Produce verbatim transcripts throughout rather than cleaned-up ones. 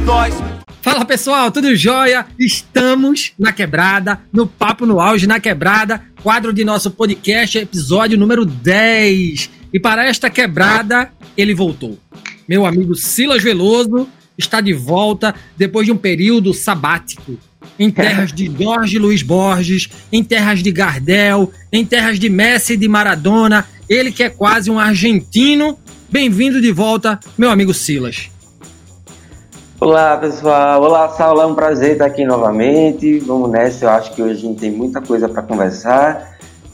nós. Fala pessoal, tudo jóia? Estamos na Quebrada, no Papo no Auge na Quebrada, quadro de nosso podcast, episódio número dez. E para esta quebrada, ele voltou. Meu amigo Silas Veloso está de volta depois de um período sabático. Em terras de Jorge Luiz Borges, em terras de Gardel, em terras de Messi e de Maradona. Ele que é quase um argentino. Bem-vindo de volta, meu amigo Silas. Olá, pessoal. Olá, Saulo. É um prazer estar aqui novamente. Vamos nessa. Eu acho que hoje a gente tem muita coisa para conversar.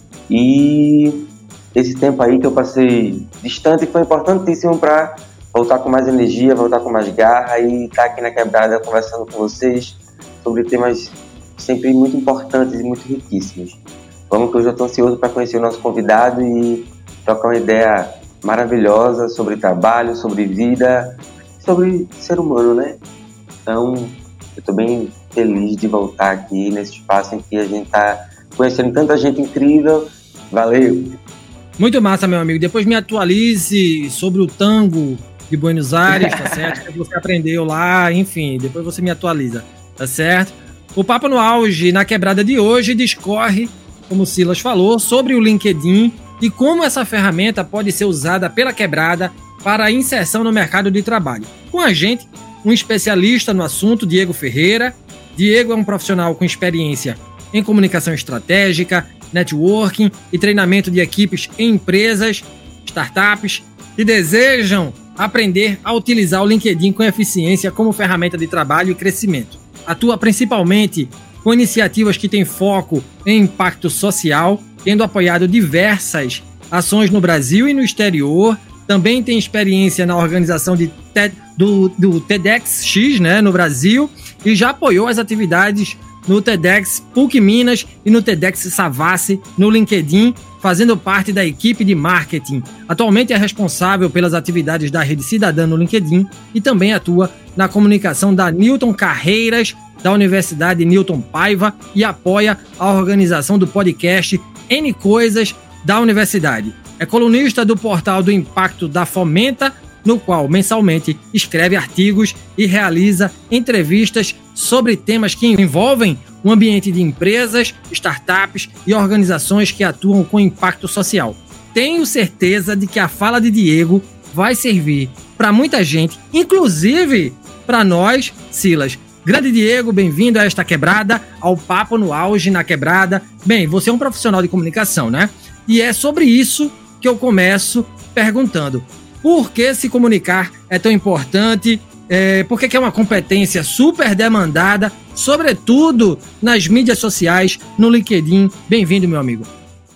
E esse tempo aí que eu passei distante foi importantíssimo para voltar com mais energia, voltar com mais garra e estar aqui na Quebrada conversando com vocês sobre temas sempre muito importantes e muito riquíssimos. Vamos que eu já estou ansioso para conhecer o nosso convidado e trocar uma ideia maravilhosa sobre trabalho, sobre vida, sobre ser humano, né? Então, eu estou bem feliz de voltar aqui nesse espaço em que a gente está conhecendo tanta gente incrível. Valeu! Muito massa, meu amigo. Depois me atualize sobre o tango de Buenos Aires, tá certo? Que você aprendeu lá, enfim, depois você me atualiza, tá certo? O Papo no Auge na Quebrada de hoje discorre, como o Silas falou, sobre o LinkedIn e como essa ferramenta pode ser usada pela Quebrada para a inserção no mercado de trabalho. Com a gente, um especialista no assunto, Diego Ferreira. Diego é um profissional com experiência em comunicação estratégica, networking e treinamento de equipes em empresas, startups que desejam aprender a utilizar o LinkedIn com eficiência como ferramenta de trabalho e crescimento. Atua principalmente com iniciativas que têm foco em impacto social, tendo apoiado diversas ações no Brasil e no exterior. Também tem experiência na organização de TED, do, do TEDxX, né, no Brasil, e já apoiou as atividades no TEDx P U C Minas e no TEDx Savassi no LinkedIn, fazendo parte da equipe de marketing. Atualmente é responsável pelas atividades da Rede Cidadã no LinkedIn e também atua na comunicação da Newton Carreiras, da Universidade Newton Paiva, e apoia a organização do podcast N Coisas da Universidade. É colunista do portal do Impacto da Fomenta, no qual mensalmente escreve artigos e realiza entrevistas sobre temas que envolvem o ambiente de empresas, startups e organizações que atuam com impacto social. Tenho certeza de que a fala de Diego vai servir para muita gente, inclusive para nós, Silas. Grande Diego, bem-vindo a esta quebrada, ao Papo no Auge na Quebrada. Bem, você é um profissional de comunicação, né? E é sobre isso que eu começo perguntando: por que se comunicar é tão importante? É, por que é uma competência super demandada, sobretudo nas mídias sociais, no LinkedIn? Bem-vindo, meu amigo.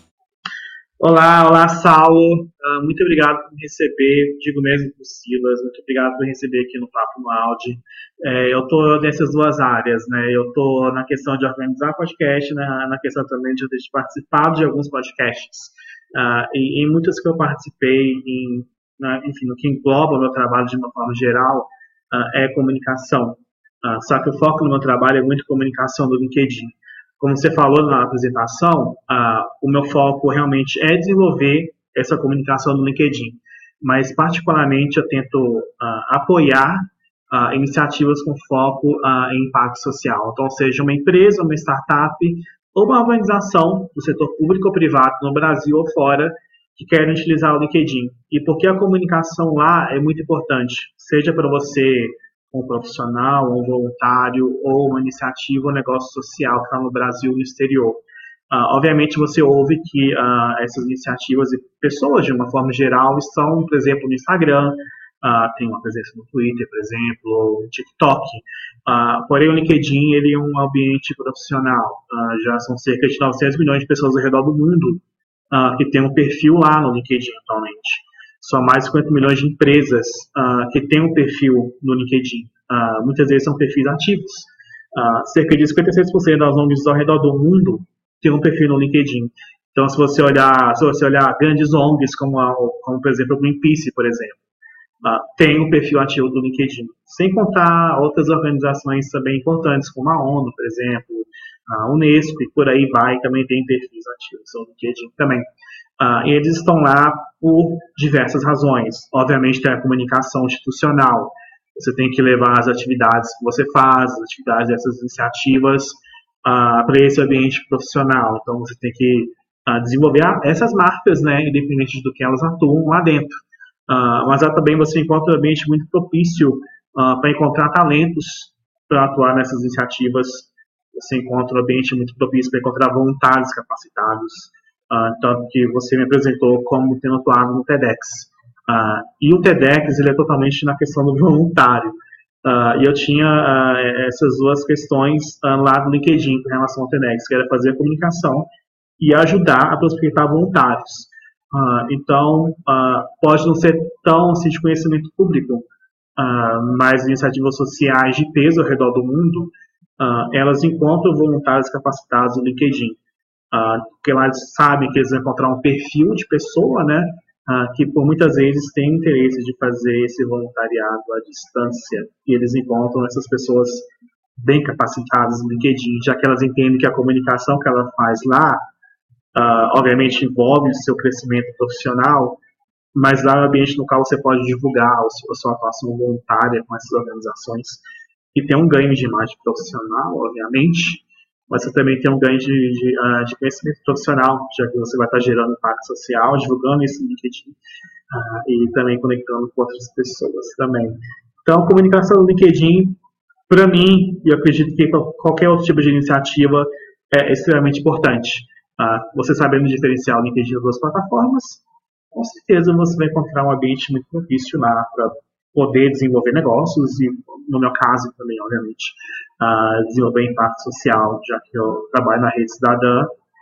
Olá, olá, Saulo. Uh, muito obrigado por me receber, digo mesmo para o Silas, muito obrigado por me receber aqui no Papo no Auge. É, eu estou nessas duas áreas, né? Eu estou na questão de organizar podcast, na, na questão também de eu ter participado de alguns podcasts. Uh, e em muitos que eu participei, em, na, enfim, no que engloba o meu trabalho de uma forma geral, uh, é comunicação. Uh, só que o foco do meu trabalho é muito comunicação do LinkedIn. Como você falou na apresentação, uh, o meu foco realmente é desenvolver essa comunicação no LinkedIn, mas particularmente eu tento uh, apoiar uh, iniciativas com foco uh, em impacto social. Então, seja uma empresa, uma startup ou uma organização do setor público ou privado no Brasil ou fora que querem utilizar o LinkedIn. E porque a comunicação lá é muito importante, seja para você, um profissional, um voluntário, ou uma iniciativa, um negócio social que está no Brasil e no exterior. Uh, obviamente você ouve que uh, essas iniciativas e pessoas, de uma forma geral, estão, por exemplo, no Instagram, uh, tem uma presença no Twitter, por exemplo, ou no TikTok. Uh, porém, o LinkedIn ele é um ambiente profissional. Uh, já são cerca de novecentos milhões de pessoas ao redor do mundo uh, que têm um perfil lá no LinkedIn atualmente. São mais de cinquenta milhões de empresas uh, que têm um perfil no LinkedIn. Uh, muitas vezes são perfis ativos. Uh, cerca de cinquenta e seis por cento das O N Gs ao redor do mundo têm um perfil no LinkedIn. Então, se você olhar, se você olhar grandes O N Gs, como, a, como por exemplo, o Greenpeace, por exemplo, uh, tem um perfil ativo do LinkedIn. Sem contar outras organizações também importantes, como a ONU, por exemplo, a Unesco, e por aí vai, também tem perfis ativos no LinkedIn também. Uh, e eles estão lá por diversas razões. Obviamente tem a comunicação institucional. você tem que levar as atividades que você faz, as atividades dessas iniciativas uh, para esse ambiente profissional. Então, você tem que uh, desenvolver essas marcas, né, independente do que elas atuam lá dentro. Uh, mas lá também você encontra um ambiente muito propício uh, para encontrar talentos para atuar nessas iniciativas. Você encontra um ambiente muito propício para encontrar voluntários capacitados, uh, tanto que você me apresentou como tendo atuado no TEDx. Uh, e o TEDx ele é totalmente na questão do voluntário. Uh, e eu tinha uh, essas duas questões uh, lá no LinkedIn em relação ao TEDx, que era fazer a comunicação e ajudar a prospectar voluntários. Uh, então, uh, pode não ser tão assim, de conhecimento público, uh, mas iniciativas sociais de peso ao redor do mundo, uh, elas encontram voluntários capacitados no LinkedIn, uh, porque lá eles sabem que eles vão encontrar um perfil de pessoa, né, uh, que por muitas vezes tem interesse de fazer esse voluntariado à distância, e eles encontram essas pessoas bem capacitadas no LinkedIn, já que elas entendem que a comunicação que ela faz lá Uh, obviamente envolve o seu crescimento profissional, mas lá é um ambiente no qual você pode divulgar a sua, a sua atuação voluntária com essas organizações, e tem um ganho de imagem profissional, obviamente, mas você também tem um ganho de, de, uh, de conhecimento profissional, já que você vai estar gerando impacto social, divulgando isso no LinkedIn, uh, e também conectando com outras pessoas também. Então, a comunicação no LinkedIn, para mim, e eu acredito que qualquer outro tipo de iniciativa, é extremamente importante. Uh, você sabendo diferenciar o LinkedIn das duas plataformas, com certeza você vai encontrar um ambiente muito propício lá para poder desenvolver negócios e, no meu caso também, obviamente, uh, desenvolver impacto social, já que eu trabalho na Rede Cidadã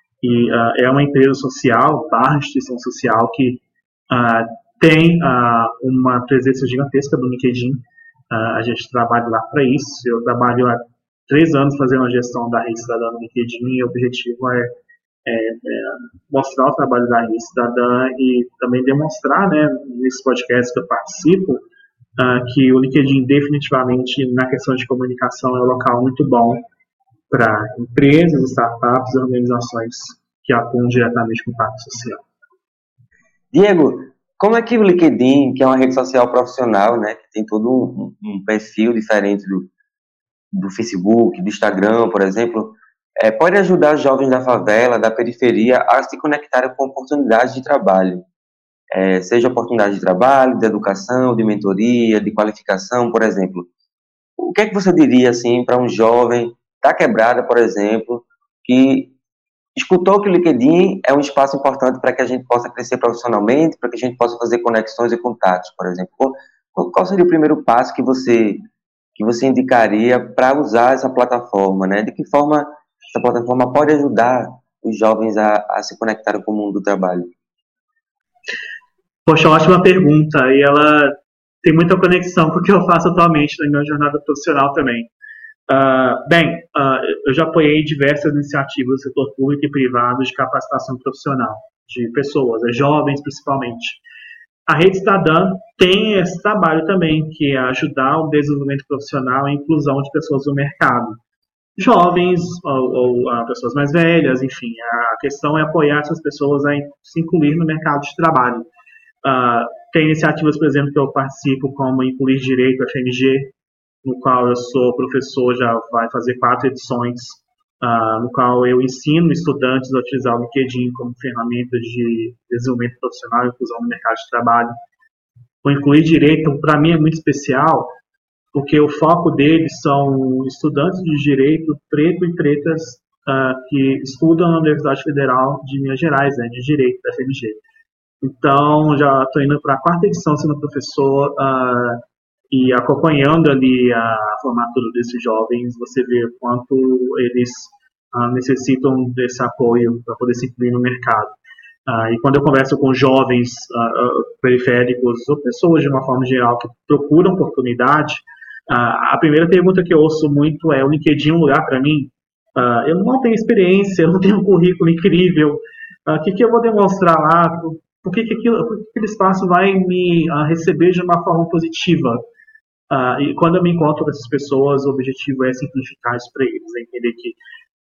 e uh, é uma empresa social, barra instituição social, que uh, tem uh, uma presença gigantesca no LinkedIn. Uh, a gente trabalha lá para isso. Eu trabalho há três anos fazendo a gestão da Rede Cidadã no LinkedIn e o objetivo é É, é, mostrar o trabalho da Rede Cidadã e também demonstrar, né, nesses podcasts que eu participo, uh, que o LinkedIn definitivamente, na questão de comunicação, é um local muito bom para empresas, startups e organizações que atuam diretamente com o impacto social. Diego, como é que o LinkedIn, que é uma rede social profissional, né, que tem todo um, um perfil diferente do, do Facebook, do Instagram, por exemplo, É, pode ajudar os jovens da favela, da periferia, a se conectarem com oportunidades de trabalho, é, seja oportunidade de trabalho, de educação, de mentoria, de qualificação, por exemplo. O que é que você diria assim para um jovem da quebrada, por exemplo, que escutou que o LinkedIn é um espaço importante para que a gente possa crescer profissionalmente, para que a gente possa fazer conexões e contatos, por exemplo? Qual, qual seria o primeiro passo que você, que você indicaria para usar essa plataforma, né? De que forma essa plataforma pode ajudar os jovens a, a se conectarem com o mundo do trabalho? Poxa, ótima pergunta. E ela tem muita conexão com o que eu faço atualmente na minha jornada profissional também. Uh, bem, uh, eu já apoiei diversas iniciativas do setor público e privado de capacitação profissional de pessoas, jovens principalmente. A Rede Cidadã tem esse trabalho também, que é ajudar o desenvolvimento profissional e a inclusão de pessoas no mercado. Jovens ou, ou uh, pessoas mais velhas, enfim, a questão é apoiar essas pessoas a se incluir no mercado de trabalho. Uh, tem iniciativas, por exemplo, que eu participo, como Incluir Direito, F M G, no qual eu sou professor, já vai fazer quatro edições, uh, no qual eu ensino estudantes a utilizar o LinkedIn como ferramenta de desenvolvimento profissional e inclusão no mercado de trabalho. O Incluir Direito, para mim, é muito especial, porque o foco deles são estudantes de direito preto e pretas uh, que estudam na Universidade Federal de Minas Gerais, né, de Direito, da F M G. Então, já estou indo para a quarta edição sendo professor uh, e acompanhando ali a formatura desses jovens, você vê o quanto eles uh, necessitam desse apoio para poder se incluir no mercado. Uh, e quando eu converso com jovens uh, uh, periféricos ou pessoas de uma forma geral que procuram oportunidade, Uh, a primeira pergunta que eu ouço muito é: o LinkedIn é um lugar para mim? Uh, eu não tenho experiência, eu não tenho um currículo incrível. O uh, que, que eu vou demonstrar lá? Por que, que, aquilo, por que aquele espaço vai me uh, receber de uma forma positiva? Uh, e quando eu me encontro com essas pessoas, o objetivo é simplificar isso para eles, é entender que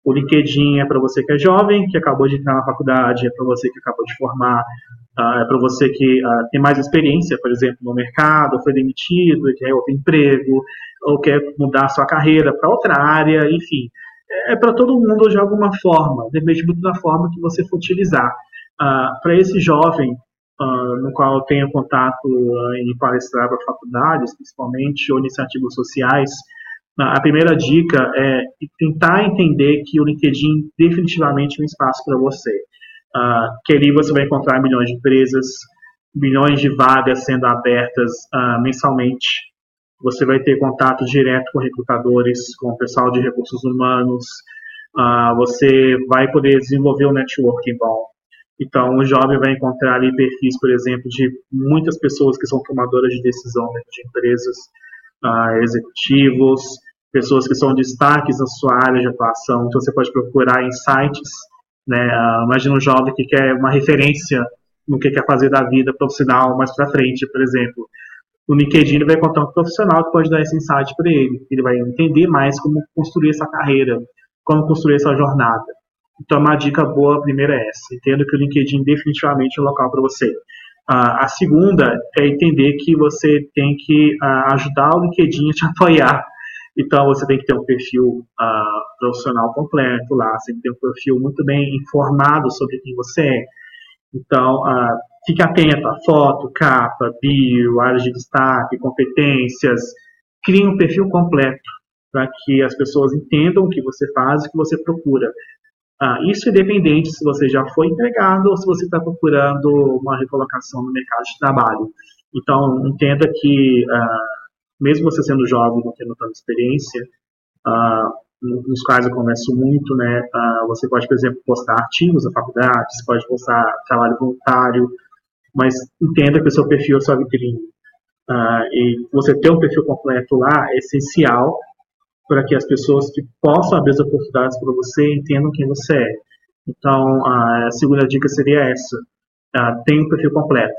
O LinkedIn é para você que é jovem, que acabou de entrar na faculdade, é para você que acabou de formar, uh, é para você que uh, tem mais experiência, por exemplo, no mercado, foi demitido, quer outro emprego, ou quer mudar sua carreira para outra área, enfim. É para todo mundo de alguma forma, depende muito da forma que você for utilizar. Uh, para esse jovem, uh, no qual eu tenho contato uh, em palestrar para faculdades, principalmente, ou iniciativas sociais, a primeira dica é tentar entender que o LinkedIn definitivamente é um espaço para você. Uh, que ali você vai encontrar milhões de empresas, milhões de vagas sendo abertas uh, mensalmente. Você vai ter contato direto com recrutadores, com o pessoal de recursos humanos. Uh, você vai poder desenvolver um networking bom. Então, o jovem vai encontrar ali perfis, por exemplo, de muitas pessoas que são tomadoras de decisão dentro de empresas, Uh, executivos, pessoas que são destaques na sua área de atuação. Então você pode procurar em sites, né? Uh, imagina um jovem que quer uma referência no que quer fazer da vida profissional mais para frente, por exemplo. No LinkedIn ele vai encontrar um profissional que pode dar esse insight para ele. Ele vai entender mais como construir essa carreira, como construir essa jornada. Então uma dica boa, a primeira é essa. Entenda que o LinkedIn definitivamente é um local para você. Uh, a segunda é entender que você tem que uh, ajudar o LinkedIn a te apoiar. Então, você tem que ter um perfil uh, profissional completo lá, você tem que ter um perfil muito bem informado sobre quem você é. Então, uh, fique atento a foto, capa, bio, áreas de destaque, competências. Crie um perfil completo para que as pessoas entendam o que você faz e o que você procura. Uh, isso independente se você já foi empregado ou se você está procurando uma recolocação no mercado de trabalho. Então, entenda que, uh, mesmo você sendo jovem e não tendo tanta experiência, uh, nos quais eu converso muito, né, uh, você pode, por exemplo, postar artigos na faculdade, você pode postar trabalho voluntário, mas entenda que o seu perfil é sua vitrine. Uh, e você ter um perfil completo lá é essencial para que as pessoas que possam abrir as oportunidades para você entendam quem você é. Então, a segunda dica seria essa. Uh, tenha um perfil completo.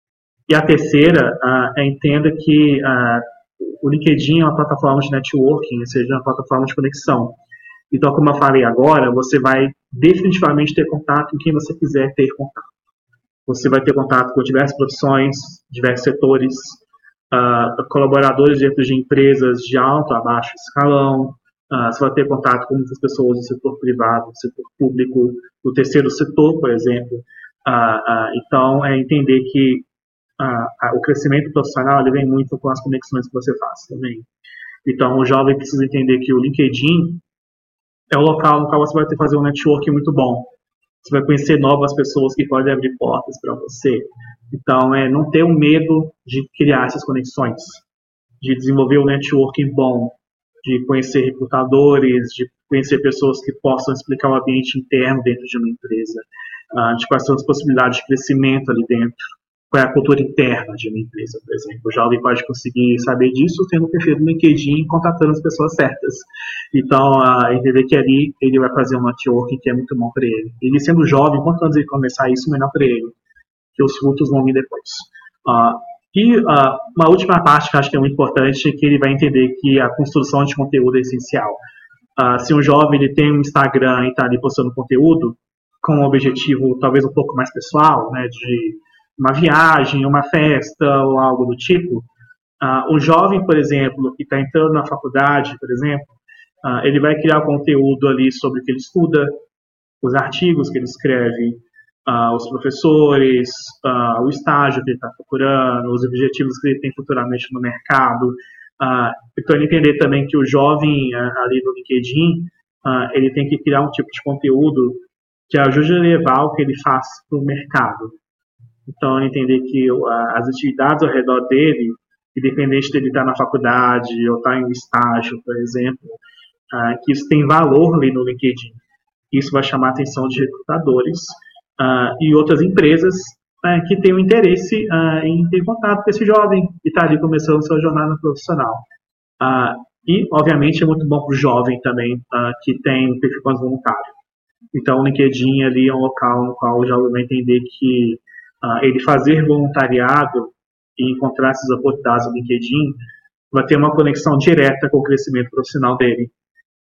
E a terceira uh, é entenda que uh, o LinkedIn é uma plataforma de networking, ou seja, uma plataforma de conexão. Então, como eu falei agora, você vai definitivamente ter contato com quem você quiser ter contato. Você vai ter contato com diversas profissões, diversos setores, Uh, colaboradores dentro de empresas de alto a baixo escalão, uh, você vai ter contato com muitas pessoas do setor privado, do setor público, do terceiro setor, por exemplo. Uh, uh, então, é entender que uh, uh, o crescimento profissional ele vem muito com as conexões que você faz também. Então, o jovem precisa entender que o LinkedIn é o local no qual você vai ter que fazer um networking muito bom. Você vai conhecer novas pessoas que podem abrir portas para você. Então, é não ter um medo de criar essas conexões, de desenvolver um networking bom, de conhecer recrutadores, de conhecer pessoas que possam explicar o ambiente interno dentro de uma empresa, uh, de quais são as possibilidades de crescimento ali dentro, qual é a cultura interna de uma empresa, por exemplo. O jovem pode conseguir saber disso tendo um perfil no LinkedIn e contatando as pessoas certas. Então, uh, entender que ali ele vai fazer um networking que é muito bom para ele. Ele sendo jovem, quanto antes ele começar isso, melhor para ele, que os frutos vão vir depois. Uh, e uh, uma última parte que eu acho que é muito importante é que ele vai entender que a construção de conteúdo é essencial. Uh, se um jovem ele tem um Instagram e está ali postando conteúdo com um objetivo talvez um pouco mais pessoal, né, de uma viagem, uma festa ou algo do tipo, uh, o jovem, por exemplo, que está entrando na faculdade, por exemplo, uh, ele vai criar conteúdo ali sobre o que ele estuda, os artigos que ele escreve, uh, os professores, uh, o estágio que ele está procurando, os objetivos que ele tem futuramente no mercado. Uh, então, ele entender também que o jovem uh, ali no LinkedIn, uh, ele tem que criar um tipo de conteúdo que ajude a levar o que ele faz para o mercado. Então, ele entender que uh, as atividades ao redor dele, independente dele estar na faculdade ou estar em um estágio, por exemplo, uh, que isso tem valor ali no LinkedIn. Isso vai chamar a atenção de recrutadores uh, e outras empresas uh, que têm o interesse uh, em ter contato com esse jovem que está ali começando sua jornada profissional. Uh, e, obviamente, é muito bom para o jovem também uh, que tem um perfil mais voluntário. Então, o LinkedIn ali é um local no qual o jovem vai entender que uh, ele fazer voluntariado e encontrar essas oportunidades no LinkedIn vai ter uma conexão direta com o crescimento profissional dele.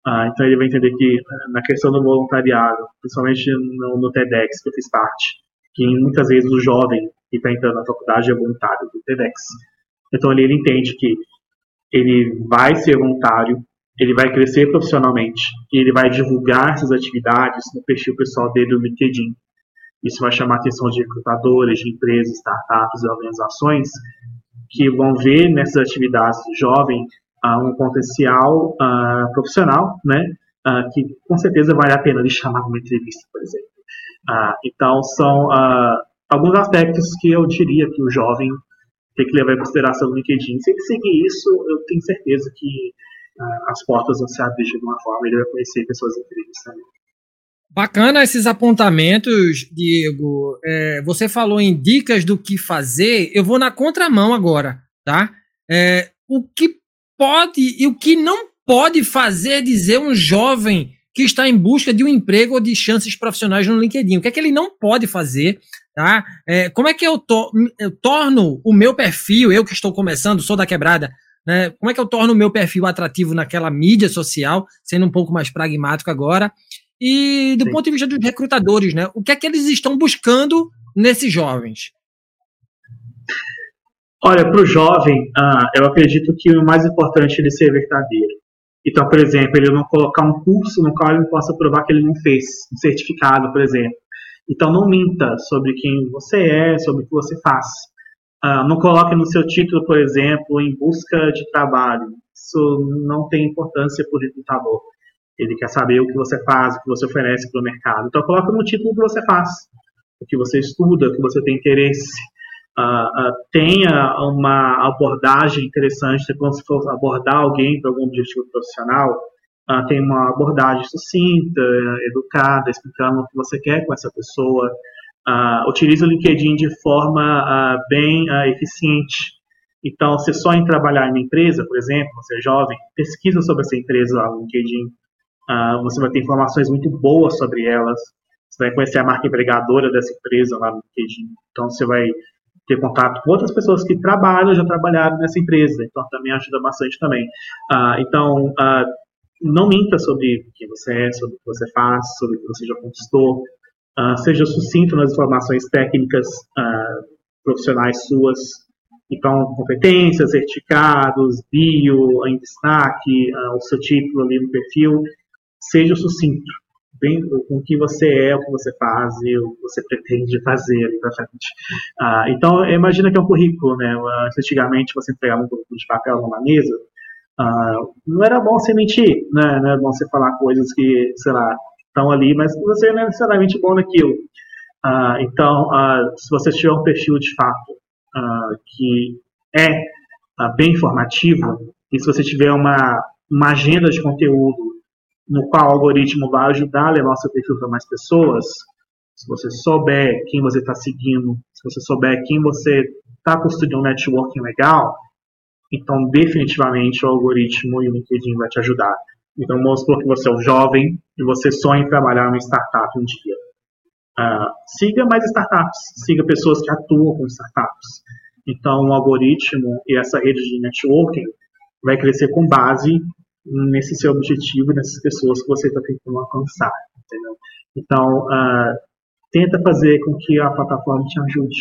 Uh, então ele vai entender que na questão do voluntariado, principalmente no, no TEDx que eu fiz parte, que muitas vezes o jovem que está entrando na faculdade é voluntário do TEDx. Então ali ele entende que ele vai ser voluntário, ele vai crescer profissionalmente e ele vai divulgar essas atividades no perfil pessoal dele no LinkedIn. Isso vai chamar a atenção de recrutadores, de empresas, startups e organizações que vão ver nessas atividades do jovem uh, um potencial uh, profissional, né, uh, que com certeza vale a pena lhe chamar uma entrevista, por exemplo. Uh, então, são uh, alguns aspectos que eu diria que o jovem tem que levar em consideração no LinkedIn. Se ele seguir isso, eu tenho certeza que uh, as portas vão se abrir de alguma forma, ele vai conhecer pessoas incríveis também. Bacana esses apontamentos, Diego. É, você falou em dicas do que fazer. Eu vou na contramão agora, tá? É, o que pode e o que não pode fazer é dizer um jovem que está em busca de um emprego ou de chances profissionais no LinkedIn. O que é que ele não pode fazer, tá? É, como é que eu, to- eu torno o meu perfil, eu que estou começando, sou da quebrada, né? Como é que eu torno o meu perfil atrativo naquela mídia social, sendo um pouco mais pragmático agora? E do Sim. ponto de vista dos recrutadores, né? O que é que eles estão buscando nesses jovens? Olha, para o jovem, uh, eu acredito que o mais importante é ele ser verdadeiro. Então, por exemplo, ele não colocar um curso no qual ele possa provar que ele não fez, um certificado, por exemplo. Então, não minta sobre quem você é, sobre o que você faz. Uh, não coloque no seu título, por exemplo, em busca de trabalho. Isso não tem importância para o recrutador. Ele quer saber o que você faz, o que você oferece para o mercado. Então, coloca no título o que você faz, o que você estuda, o que você tem interesse. Uh, uh, tenha uma abordagem interessante, quando você for abordar alguém para algum objetivo profissional, uh, tem uma abordagem sucinta, educada, explicando o que você quer com essa pessoa. Uh, utilize o LinkedIn de forma uh, bem uh, eficiente. Então, se só em trabalhar em uma empresa, por exemplo, você é jovem, pesquisa sobre essa empresa lá no LinkedIn. Uh, você vai ter informações muito boas sobre elas. Você vai conhecer a marca empregadora dessa empresa lá no LinkedIn. Então, você vai ter contato com outras pessoas que trabalham, já trabalharam nessa empresa. Então, também ajuda bastante também. Uh, então, uh, não minta sobre quem você é, sobre o que você faz, sobre o que você já conquistou. Uh, seja sucinto nas informações técnicas uh, profissionais suas. Então, competências, certificados, bio, em destaque, uh, o seu título ali no perfil. Seja sucinto, bem, com o que você é, o que você faz e o que você pretende fazer ali para frente. Ah, então, imagina que é um currículo, né? Antigamente, você entregava um currículo de papel numa mesa, ah, não era bom você mentir, né? Não é bom você falar coisas que, sei lá, estão ali, mas você não é necessariamente bom naquilo. Ah, então, ah, se você tiver um perfil de fato ah, que é ah, bem informativo, e se você tiver uma, uma agenda de conteúdo no qual o algoritmo vai ajudar a levar o seu perfil para mais pessoas, se você souber quem você está seguindo, se você souber quem você está construindo um networking legal, então definitivamente o algoritmo e o LinkedIn vai te ajudar. Então vamos supor que você é um jovem e você sonha em trabalhar numa startup um dia. Uh, siga mais startups, siga pessoas que atuam com startups. Então o algoritmo e essa rede de networking vai crescer com base nesse seu objetivo e nessas pessoas que você está tentando alcançar, entendeu? Então, uh, tenta fazer com que a plataforma te ajude.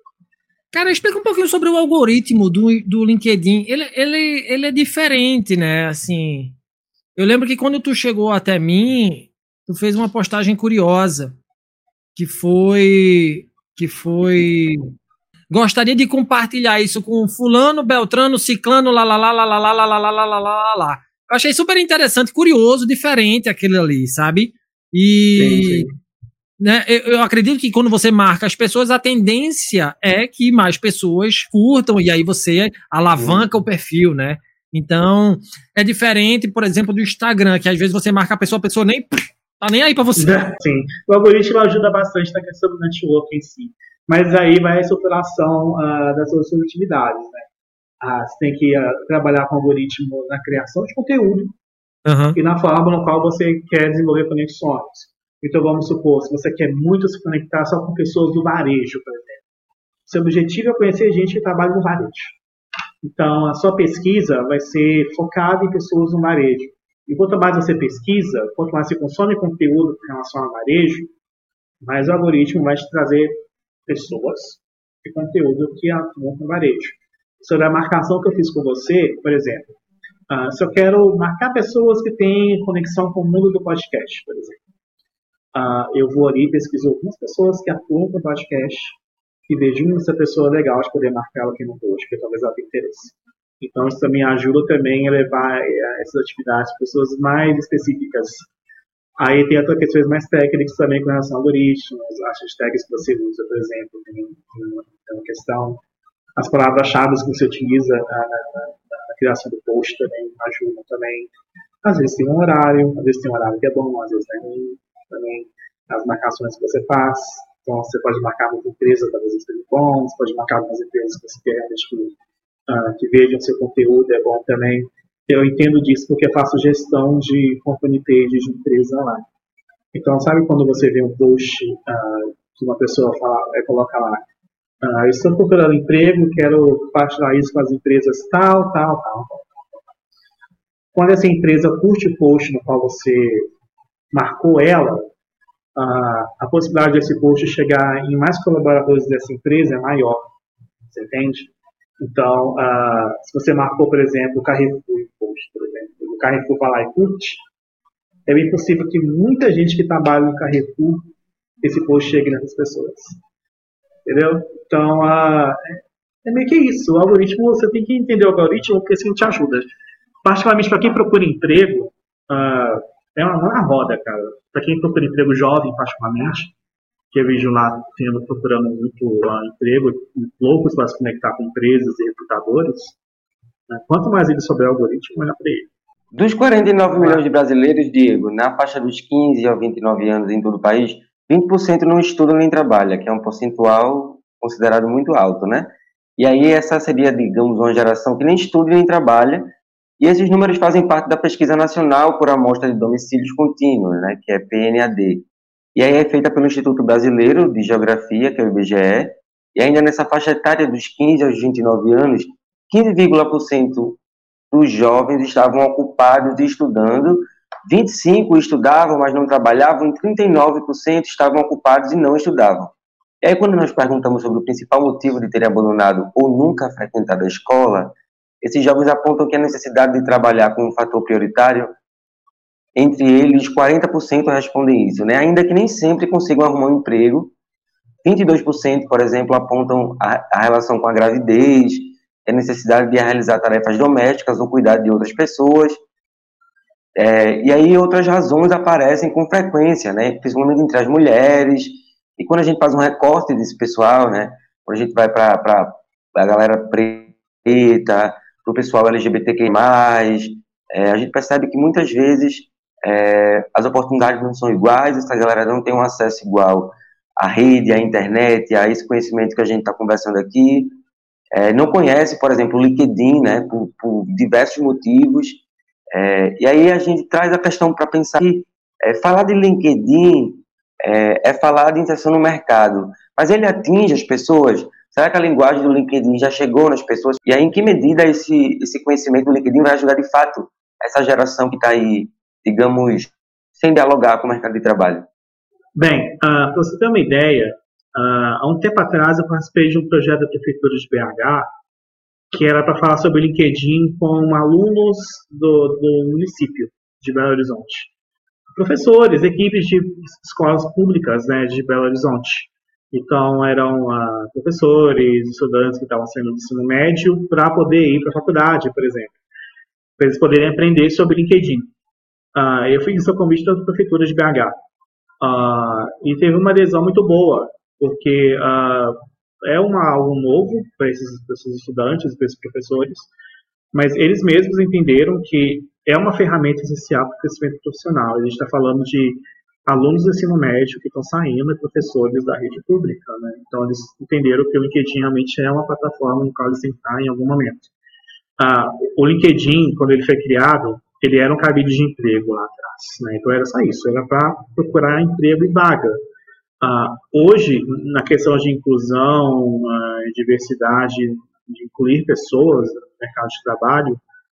Cara, explica um pouquinho sobre o algoritmo do, do LinkedIn. Ele, ele, ele é diferente, né? Assim, eu lembro que quando tu chegou até mim, tu fez uma postagem curiosa, que foi... que foi... Gostaria de compartilhar isso com fulano, beltrano, ciclano, lá, lá, lá, lá, lá, lá, lá, lá, lá, lá, lá, lá. Eu achei super interessante, curioso, diferente aquele ali, sabe? E sim, sim. Né, eu, eu acredito que quando você marca as pessoas, a tendência é que mais pessoas curtam e aí você alavanca sim. o perfil, né? Então, é diferente, por exemplo, do Instagram, que às vezes você marca a pessoa, a pessoa nem tá nem aí pra você. Sim, o algoritmo ajuda bastante na questão do network em si. Mas aí vai a estruturação uh, das suas atividades, né? Ah, você tem que uh, trabalhar com o algoritmo na criação de conteúdo uhum. e na forma no qual você quer desenvolver conexões. Então, vamos supor, se você quer muito se conectar só com pessoas do varejo, por exemplo. Seu objetivo é conhecer gente que trabalha no varejo. Então, a sua pesquisa vai ser focada em pessoas no varejo. E quanto mais você pesquisa, quanto mais você consome conteúdo em relação ao varejo, mais o algoritmo vai te trazer pessoas e conteúdo que atuam com varejo. Sobre a marcação que eu fiz com você, por exemplo, uh, se eu quero marcar pessoas que têm conexão com o mundo do podcast, por exemplo, uh, eu vou ali e pesquiso algumas pessoas que atuam com podcast e vejo essa pessoa legal de poder marcá-la aqui no post, porque talvez ela tenha interesse. Então, isso também ajuda também a levar essas atividades para pessoas mais específicas. Aí tem outras questões mais técnicas também com relação a algoritmos, as hashtags que você usa, por exemplo, tem uma questão, as palavras-chave que você utiliza na, na, na, na criação do post também ajudam também. Às vezes tem um horário, às vezes tem um horário que é bom, às vezes não é ruim, também as marcações que você faz. Então, você pode marcar muita empresa, talvez esteja bom, você pode marcar algumas empresas que você quer realmente que, uh, que vejam seu conteúdo, é bom também. Eu entendo disso porque eu faço gestão de company page de empresa lá. Então, sabe quando você vê um post uh, que uma pessoa fala, é, coloca lá, uh, eu estou procurando emprego, quero compartilhar isso com as empresas tal, tal, tal. Quando essa empresa curte o post no qual você marcou ela, uh, a possibilidade desse post chegar em mais colaboradores dessa empresa é maior. Você entende? Então, uh, se você marcou, por exemplo, o Carrefour post, por exemplo, o Carrefour vai lá e curte, é bem possível que muita gente que trabalha no Carrefour, esse post chegue nessas pessoas. Entendeu? Então, uh, é meio que isso. O algoritmo, você tem que entender o algoritmo porque assim te ajuda. Particularmente para quem procura emprego, uh, é uma, uma roda, cara. Para quem procura emprego jovem, particularmente, que eu vejo lá tendo, procurando muito uh, emprego, loucos para se conectar com empresas e recrutadores, né? Quanto mais ele souber o algoritmo, melhor para ele. Dos quarenta e nove milhões de brasileiros, Diego, na faixa dos quinze a vinte e nove anos em todo o país, vinte por cento não estudam nem trabalham, que é um percentual considerado muito alto, né? E aí essa seria, digamos, uma geração que nem estuda nem trabalha, e esses números fazem parte da Pesquisa Nacional por Amostra de Domicílios Contínuos, né, que é P N A D. E aí é feita pelo Instituto Brasileiro de Geografia, que é o I B G E, e ainda nessa faixa etária dos quinze aos vinte e nove anos, quinze vírgula cinco por cento dos jovens estavam ocupados e estudando, vinte e cinco por cento estudavam, mas não trabalhavam, e trinta e nove por cento estavam ocupados e não estudavam. E aí quando nós perguntamos sobre o principal motivo de terem abandonado ou nunca frequentado a escola, esses jovens apontam que a necessidade de trabalhar como um fator prioritário. Entre eles, quarenta por cento respondem isso, né? Ainda que nem sempre consigam arrumar um emprego. vinte e dois por cento, por exemplo, apontam a, a relação com a gravidez, a necessidade de realizar tarefas domésticas ou cuidar de outras pessoas. É, e aí outras razões aparecem com frequência, né? Principalmente entre as mulheres. E quando a gente faz um recorte desse pessoal, né? Quando a gente vai para a galera preta, para o pessoal L G B T Q mais, é, a gente percebe que muitas vezes é, as oportunidades não são iguais, essa galera não tem um acesso igual à rede, à internet, a esse conhecimento que a gente está conversando aqui, é, não conhece, por exemplo, o LinkedIn, né, por, por diversos motivos, é, e aí a gente traz a questão para pensar que é, falar de LinkedIn é, é falar de inserção no mercado, mas ele atinge as pessoas. Será que a linguagem do LinkedIn já chegou nas pessoas? E aí, em que medida esse, esse conhecimento do LinkedIn vai ajudar, de fato, essa geração que está aí, digamos, sem dialogar com o mercado de trabalho? Bem, uh, para você ter uma ideia, uh, há um tempo atrás eu participei de um projeto da Prefeitura de B H que era para falar sobre o LinkedIn com alunos do, do município de Belo Horizonte. Professores, equipes de escolas públicas, né, de Belo Horizonte. Então, eram uh, professores, estudantes que estavam saindo do ensino médio para poder ir para a faculdade, por exemplo, para eles poderem aprender sobre LinkedIn. Uh, eu fiz esse convite da Prefeitura de B H. Uh, e teve uma adesão muito boa, porque uh, é uma, algo novo para esses, esses estudantes, para esses professores, mas eles mesmos entenderam que é uma ferramenta essencial para o crescimento profissional. A gente está falando de alunos do ensino médio que estão saindo e professores da rede pública, né? Então, eles entenderam que o LinkedIn realmente é uma plataforma no qual eles têm que estar em algum momento. Ah, o LinkedIn, quando ele foi criado, ele era um cabide de emprego lá atrás, né? Então, era só isso, era para procurar emprego e vaga. Ah, hoje, na questão de inclusão, ah, diversidade, de incluir pessoas no mercado de trabalho,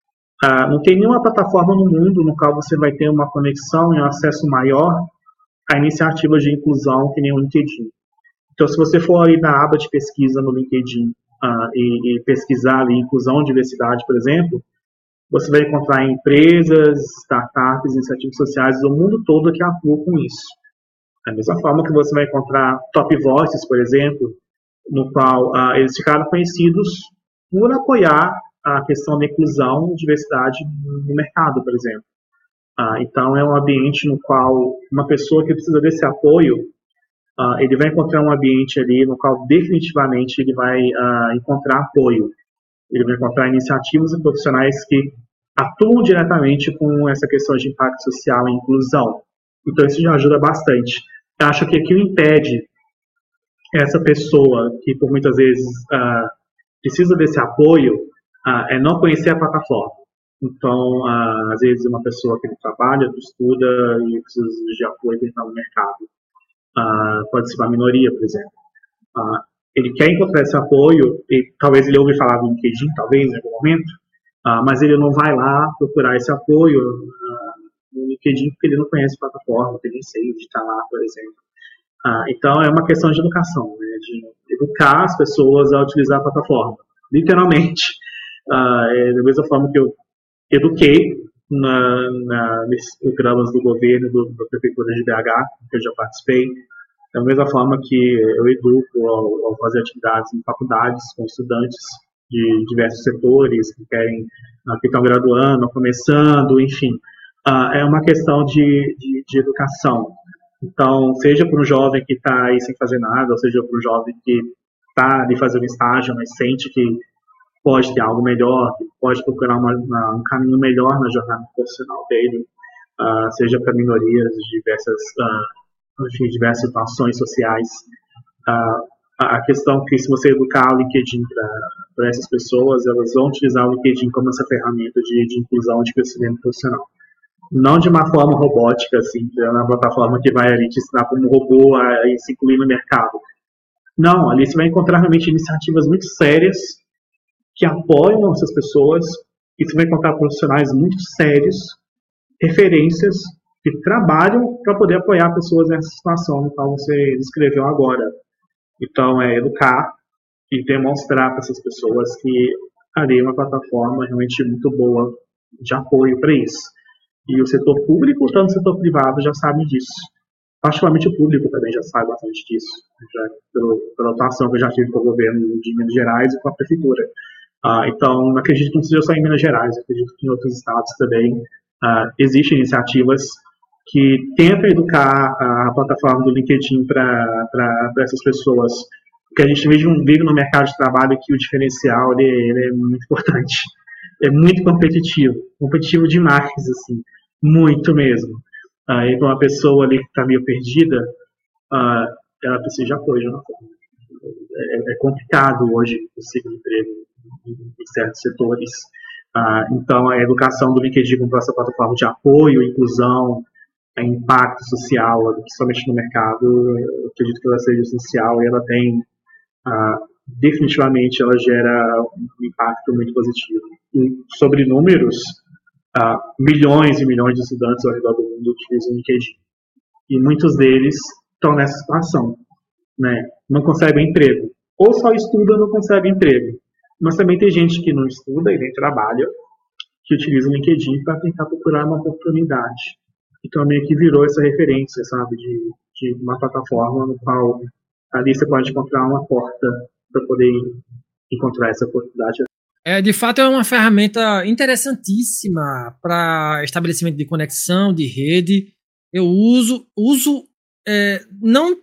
Uh, não tem nenhuma plataforma no mundo no qual você vai ter uma conexão e um acesso maior a iniciativas de inclusão que nem o LinkedIn. Então, se você for ali na aba de pesquisa no LinkedIn uh, e, e pesquisar ali inclusão e diversidade, por exemplo, você vai encontrar empresas, startups, iniciativas sociais do mundo todo que atuam com isso. Da mesma forma que você vai encontrar Top Voices, por exemplo, no qual uh, eles ficaram conhecidos por apoiar a questão da inclusão e diversidade no mercado, por exemplo. Ah, então, é um ambiente no qual uma pessoa que precisa desse apoio, ah, ele vai encontrar um ambiente ali no qual definitivamente ele vai ah, encontrar apoio. Ele vai encontrar iniciativas e profissionais que atuam diretamente com essa questão de impacto social e inclusão. Então, isso já ajuda bastante. Eu acho que aqui o impede essa pessoa que, por muitas vezes, ah, precisa desse apoio, ah, é não conhecer a plataforma. Então, ah, às vezes, uma pessoa que trabalha, que estuda e precisa de apoio para entrar no mercado. Ah, pode ser uma minoria, por exemplo. Ah, ele quer encontrar esse apoio, e talvez ele ouve falar do LinkedIn, talvez, em algum momento, ah, mas ele não vai lá procurar esse apoio ah, no LinkedIn porque ele não conhece a plataforma, tem receio de estar lá, por exemplo. Ah, então, é uma questão de educação, né, de educar as pessoas a utilizar a plataforma, literalmente. Ah, é da mesma forma que eu eduquei na, na, nesses programas do governo, do, da Prefeitura de B H, que eu já participei, da mesma forma que eu educo ao, ao fazer atividades em faculdades com estudantes de diversos setores que querem, que estão graduando, começando, enfim. Ah, é uma questão de, de, de educação. Então, seja para um jovem que está aí sem fazer nada, ou seja para um jovem que está ali fazendo estágio, mas sente que pode ter algo melhor, pode procurar uma, uma, um caminho melhor na jornada profissional dele, uh, seja para minorias de diversas, uh, enfim, diversas situações sociais. Uh, a questão é que se você educar o LinkedIn para essas pessoas, elas vão utilizar o LinkedIn como essa ferramenta de, de inclusão, de crescimento profissional. Não de uma forma robótica, assim, na plataforma que vai ali te ensinar como um robô a, a se incluir no mercado. Não, ali você vai encontrar realmente iniciativas muito sérias que apoiam essas pessoas, e você vai encontrar profissionais muito sérios, referências, que trabalham para poder apoiar pessoas nessa situação no qual você descreveu agora. Então, é educar e demonstrar para essas pessoas que ali é uma plataforma realmente muito boa de apoio para isso. E o setor público, tanto o setor privado, já sabe disso. Particularmente o público também já sabe bastante disso, já, pelo, pela atuação que eu já tive com o governo de Minas Gerais e com a prefeitura. Ah, então, não acredito que não seja só em Minas Gerais, acredito que em outros estados também ah, existem iniciativas que tentam educar a plataforma do LinkedIn para essas pessoas. Porque a gente vive, vive no mercado de trabalho que o diferencial ele, ele é muito importante. É muito competitivo, competitivo demais, assim, muito mesmo. Ah, e para uma pessoa ali que está meio perdida, ah, ela precisa de apoio. Né? É, é complicado hoje conseguir emprego em certos setores. Ah, então, a educação do LinkedIn como essa plataforma de apoio, inclusão, impacto social, principalmente no mercado, eu acredito que ela seja essencial e ela tem, ah, definitivamente, ela gera um impacto muito positivo. E sobre números, ah, milhões e milhões de estudantes ao redor do mundo utilizam o LinkedIn. E muitos deles estão nessa situação, né? Não conseguem emprego. Ou só estudam e não conseguem emprego. Mas também tem gente que não estuda e nem trabalha, que utiliza o LinkedIn para tentar procurar uma oportunidade. Então, meio que virou essa referência, sabe, de, de uma plataforma no qual ali você pode encontrar uma porta para poder encontrar essa oportunidade. É, de fato, é uma ferramenta interessantíssima para estabelecimento de conexão, de rede. Eu uso, uso é, não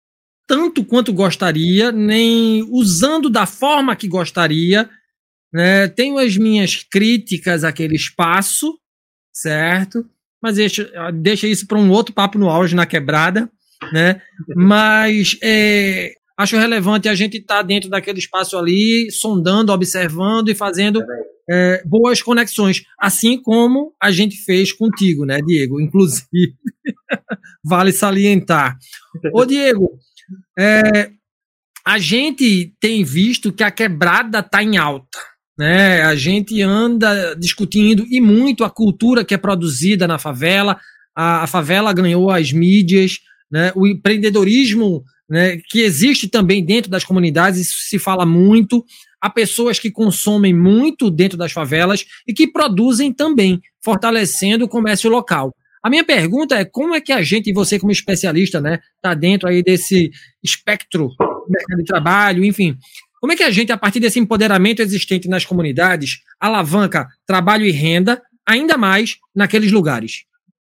tanto quanto gostaria, nem usando da forma que gostaria, né? Tenho as minhas críticas àquele espaço, certo? Mas deixa, deixa isso para um outro papo no auge, na quebrada, né? Mas é, acho relevante a gente estar tá dentro daquele espaço ali, sondando, observando e fazendo é, boas conexões, assim como a gente fez contigo, né, Diego? Inclusive, vale salientar. Ô, Diego, é, a gente tem visto que a quebrada está em alta, né? A gente anda discutindo e muito a cultura que é produzida na favela. A, a favela ganhou as mídias, né? O empreendedorismo, né, que existe também dentro das comunidades, isso se fala muito. Há pessoas que consomem muito dentro das favelas e que produzem também, fortalecendo o comércio local. A minha pergunta é como é que a gente, e você como especialista, né, está dentro aí desse espectro do mercado de trabalho, enfim, como é que a gente, a partir desse empoderamento existente nas comunidades, alavanca trabalho e renda ainda mais naqueles lugares?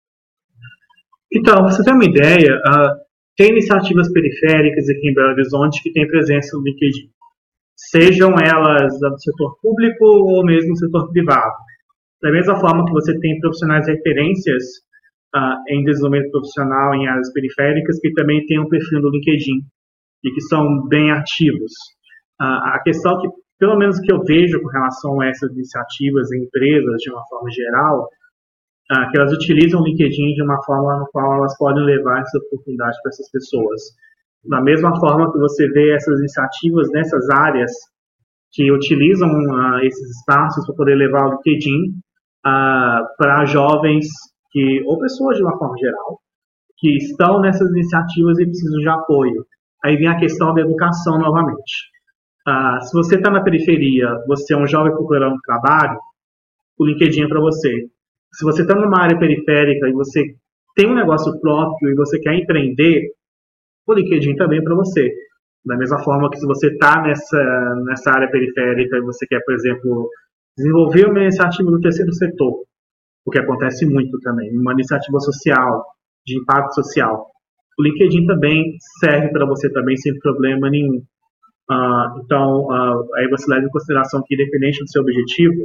Então, para você ter uma ideia, uh, tem iniciativas periféricas aqui em Belo Horizonte que têm presença no LinkedIn. Sejam elas do setor público ou mesmo do setor privado. Da mesma forma que você tem profissionais referências uh, em desenvolvimento profissional em áreas periféricas que também têm um perfil no LinkedIn e que são bem ativos. Uh, a questão que, pelo menos que eu vejo com relação a essas iniciativas em empresas de uma forma geral, uh, que elas utilizam o LinkedIn de uma forma na qual elas podem levar essa oportunidade para essas pessoas. Da mesma forma que você vê essas iniciativas nessas áreas que utilizam uh, esses espaços para poder levar o LinkedIn uh, para jovens que, ou pessoas de uma forma geral, que estão nessas iniciativas e precisam de apoio. Aí vem a questão da educação novamente. Uh, se você está na periferia, você é um jovem procurando trabalho, o LinkedIn é para você. Se você está numa área periférica e você tem um negócio próprio e você quer empreender, o LinkedIn também é para você. Da mesma forma que se você está nessa, nessa área periférica e você quer, por exemplo, desenvolver uma iniciativa do terceiro setor, o que acontece muito também, uma iniciativa social, de impacto social, o LinkedIn também serve para você também sem problema nenhum. Uh, então, uh, aí você leva em consideração que, independente do seu objetivo,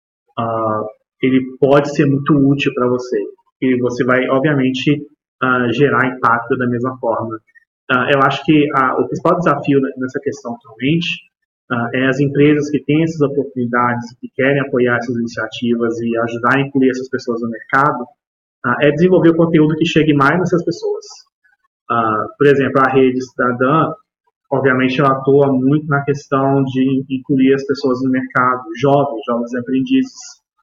uh, ele pode ser muito útil para você. E você vai, obviamente, uh, gerar impacto da mesma forma. Uh, eu acho que uh, o principal desafio nessa questão atualmente uh, é as empresas que têm essas oportunidades, que querem apoiar essas iniciativas e ajudar a incluir essas pessoas no mercado, uh, é desenvolver o conteúdo que chegue mais nessas pessoas. Uh, por exemplo, a Rede Cidadã, obviamente, ela atua muito na questão de incluir as pessoas no mercado, jovens, jovens aprendizes.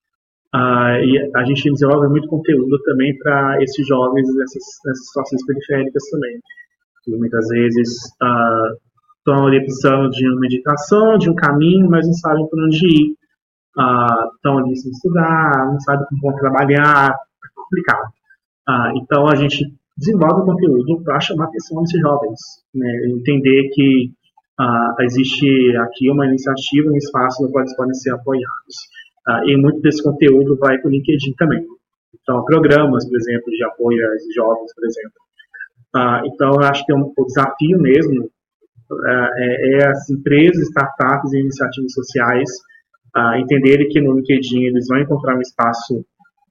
Uh, e a gente desenvolve muito conteúdo também para esses jovens nessas, nessas situações periféricas também. Que muitas vezes uh, estão ali precisando de uma indicação, de um caminho, mas não sabem por onde ir. Uh, estão ali sem estudar, não sabem como vão trabalhar, é complicado. Uh, então, a gente desenvolve o conteúdo para chamar a atenção desses jovens, né? Entender que uh, existe aqui uma iniciativa, um espaço no qual eles podem ser apoiados. Uh, e muito desse conteúdo vai para o LinkedIn também. Então, programas, por exemplo, de apoio a esses jovens, por exemplo. Uh, então, eu acho que é um, o desafio mesmo uh, é, é as empresas, startups e iniciativas sociais uh, entenderem que no LinkedIn eles vão encontrar um espaço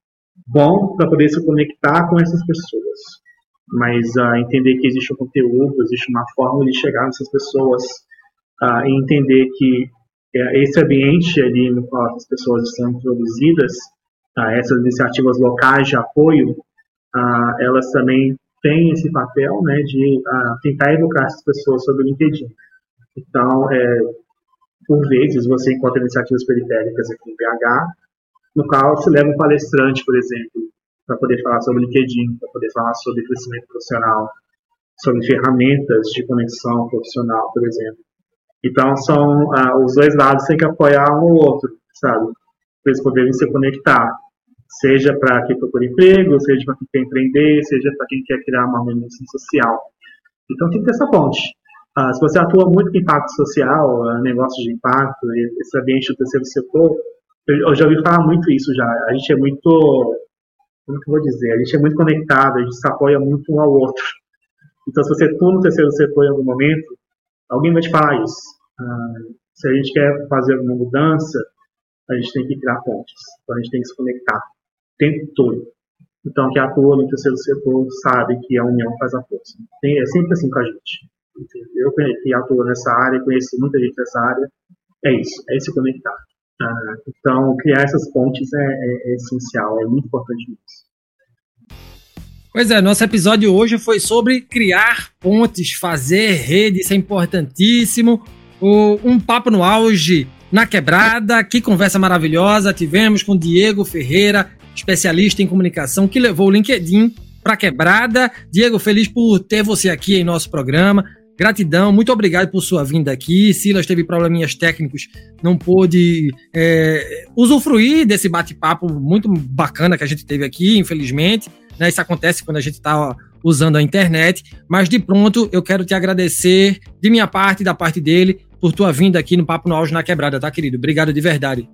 bom para poder se conectar com essas pessoas. Mas uh, entender que existe um conteúdo, existe uma forma de chegar nessas pessoas uh, e entender que uh, esse ambiente ali no qual as pessoas estão introduzidas, uh, essas iniciativas locais de apoio, uh, elas também têm esse papel, né, de uh, tentar educar essas pessoas sobre o LinkedIn. Então, é, por vezes, você encontra iniciativas periféricas aqui em B H, no qual se leva um palestrante, por exemplo, para poder falar sobre LinkedIn, para poder falar sobre crescimento profissional, sobre ferramentas de conexão profissional, por exemplo. Então, são ah, os dois lados têm que apoiar um ou outro, sabe? Para eles poderem se conectar, seja para quem procura emprego, seja para quem quer empreender, seja para quem quer criar uma organização social. Então, tem que ter essa ponte. Ah, se você atua muito com impacto social, ah, negócios de impacto, esse ambiente do terceiro setor, eu já ouvi falar muito isso já. A gente é muito... Como que eu vou dizer? A gente é muito conectado, a gente se apoia muito um ao outro. Então, se você atua no terceiro setor em algum momento, alguém vai te falar isso. Ah, se a gente quer fazer alguma mudança, a gente tem que criar pontes. Então, a gente tem que se conectar o tempo todo. Então, quem atua no terceiro setor sabe que a união faz a força. Tem, é sempre assim com a gente. Eu que atuo nessa área, conheço muita gente nessa área, é isso, é se conectar. Ah, então, criar essas pontes é, é, é essencial, é muito importante isso. Pois é, nosso episódio hoje foi sobre criar pontes, fazer rede, isso é importantíssimo. O Um Papo no Auge na Quebrada. Que conversa maravilhosa tivemos com Diego Ferreira, especialista em comunicação, que levou o LinkedIn para a Quebrada. Diego, feliz por ter você aqui em nosso programa. Gratidão, muito obrigado por sua vinda aqui. Silas teve probleminhas técnicos, não pôde é, usufruir desse bate-papo muito bacana que a gente teve aqui, infelizmente. Né, isso acontece quando a gente está usando a internet, mas de pronto eu quero te agradecer de minha parte e da parte dele por tua vinda aqui no Papo no Auge na Quebrada, tá, querido? Obrigado de verdade.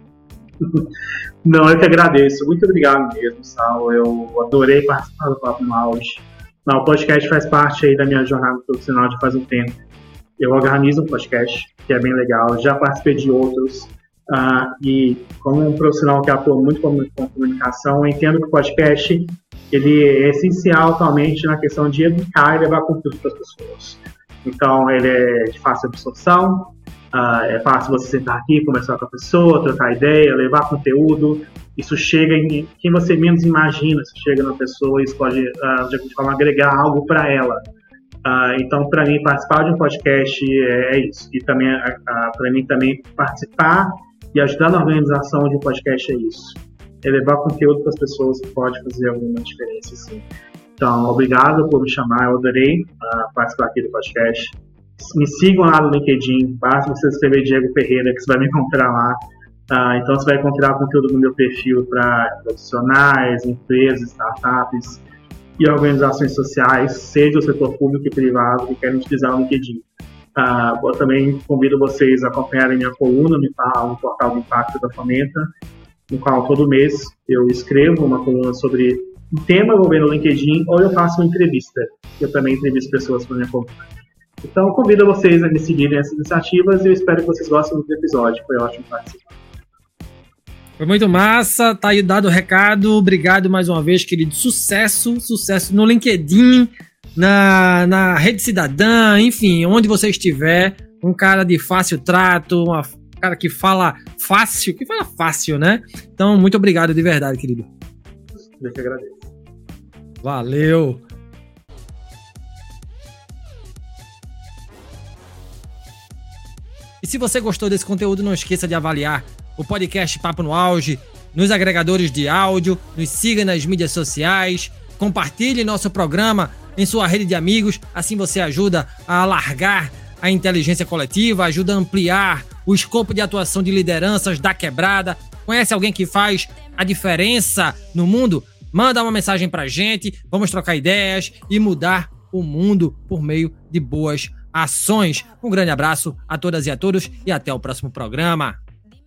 Não, eu que agradeço. Muito obrigado mesmo, Sal. Eu adorei participar do Papo no Auge. Não, o podcast faz parte aí da minha jornada profissional de faz um tempo. Eu organizo um podcast, que é bem legal. Já participei de outros. Uh, e como um profissional que atua muito com comunicação, eu entendo que o podcast ele é essencial atualmente na questão de educar e levar conteúdo para as pessoas. Então, ele é de fácil absorção, uh, é fácil você sentar aqui, conversar com a pessoa, trocar ideia, levar conteúdo. Isso chega em quem você menos imagina, isso chega na pessoa e isso pode, uh, de alguma forma, agregar algo para ela. Uh, então, para mim, participar de um podcast é, é isso. E também, uh, para mim, também participar e ajudar na organização de um podcast é isso. É levar conteúdo para as pessoas que pode fazer alguma diferença, sim. Então, obrigado por me chamar, eu adorei uh, participar aqui do podcast. Me sigam lá no LinkedIn, basta você escrever Diego Ferreira, que você vai me encontrar lá. Uh, então, você vai encontrar conteúdo no meu perfil para profissionais, empresas, startups e organizações sociais, seja o setor público e privado, que querem utilizar o LinkedIn. Uh, eu também convido vocês a acompanharem minha coluna no portal do Impacto da Fomenta, no qual todo mês eu escrevo uma coluna sobre um tema envolvendo o LinkedIn, ou eu faço uma entrevista. Eu também entrevisto pessoas para minha coluna. Então, convido vocês a me seguirem nessas iniciativas e eu espero que vocês gostem do episódio. Foi ótimo participar. Foi muito massa, tá aí dado o recado. Obrigado mais uma vez, querido. Sucesso, sucesso no LinkedIn, na, na Rede Cidadã, enfim, onde você estiver. Um cara de fácil trato, uma cara que fala fácil, que fala fácil, né? Então, muito obrigado de verdade, querido. Eu que agradeço. Valeu! E se você gostou desse conteúdo, não esqueça de avaliar o podcast Papo no Auge nos agregadores de áudio, nos siga nas mídias sociais, compartilhe nosso programa em sua rede de amigos, assim você ajuda a alargar a inteligência coletiva, ajuda a ampliar o escopo de atuação de lideranças da Quebrada. Conhece alguém que faz a diferença no mundo? Manda uma mensagem pra gente, vamos trocar ideias e mudar o mundo por meio de boas ações. Um grande abraço a todas e a todos e até o próximo programa.